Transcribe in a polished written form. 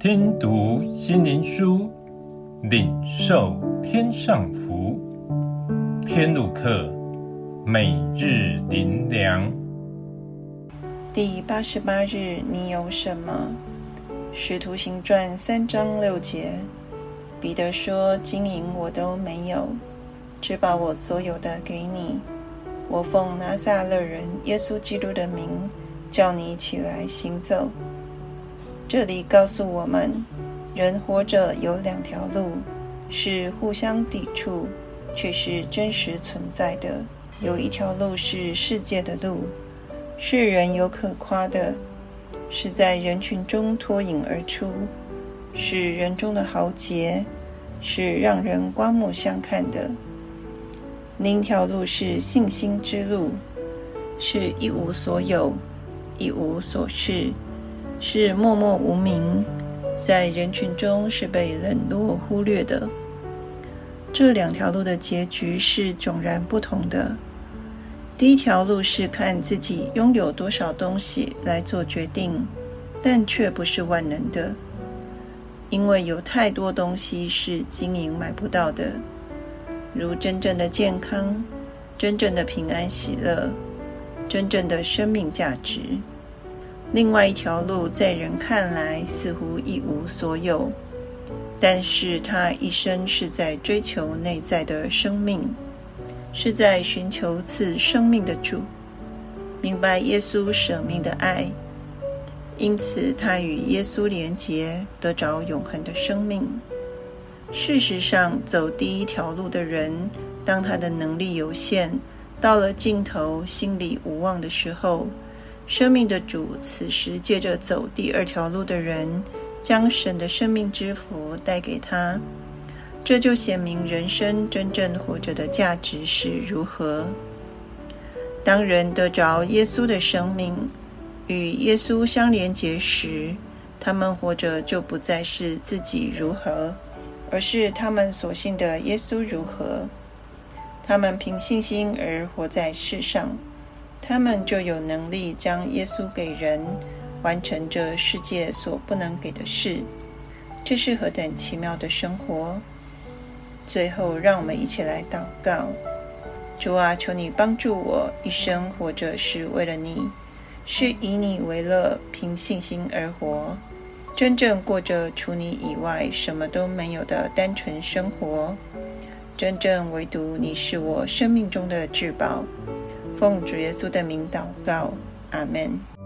听读心灵书，领受天上福。天路客，每日灵粮。 第88日，你有什么？使徒行传3章6节，彼得说：金银我都没有，只把我所有的给你。我奉拿撒勒人耶稣基督的名，叫你起来行走。这里告诉我们，人活着有2条路，是互相抵触，却是真实存在的。有一条路是世界的路，是人有可夸的，是在人群中脱颖而出，是人中的豪杰，是让人刮目相看的。另一条路是信心之路，是一无所有，一无所事，是默默无名，在人群中是被冷落忽略的。这2条路的结局是迥然不同的。第一条路是看自己拥有多少东西来做决定，但却不是万能的，因为有太多东西是金银买不到的，如真正的健康、真正的平安喜乐、真正的生命价值。另外一条路在人看来似乎一无所有，但是他一生是在追求内在的生命，是在寻求赐生命的主，明白耶稣舍命的爱，因此他与耶稣连结，得着永恒的生命。事实上，走第一条路的人，当他的能力有限，到了尽头心里无望的时候，生命的主此时借着走第2条路的人，将神的生命之福带给他。这就显明人生真正活着的价值是如何。当人得着耶稣的生命，与耶稣相连结时，他们活着就不再是自己如何，而是他们所信的耶稣如何。他们凭信心而活在世上，他们就有能力将耶稣给人，完成这世界所不能给的事。这是何等奇妙的生活！最后，让我们一起来祷告。主啊，求你帮助我，一生活着是为了你，是以你为乐，凭信心而活，真正过着除你以外什么都没有的单纯生活。真正唯独你是我生命中的至宝。奉主耶稣的名祷告，阿们。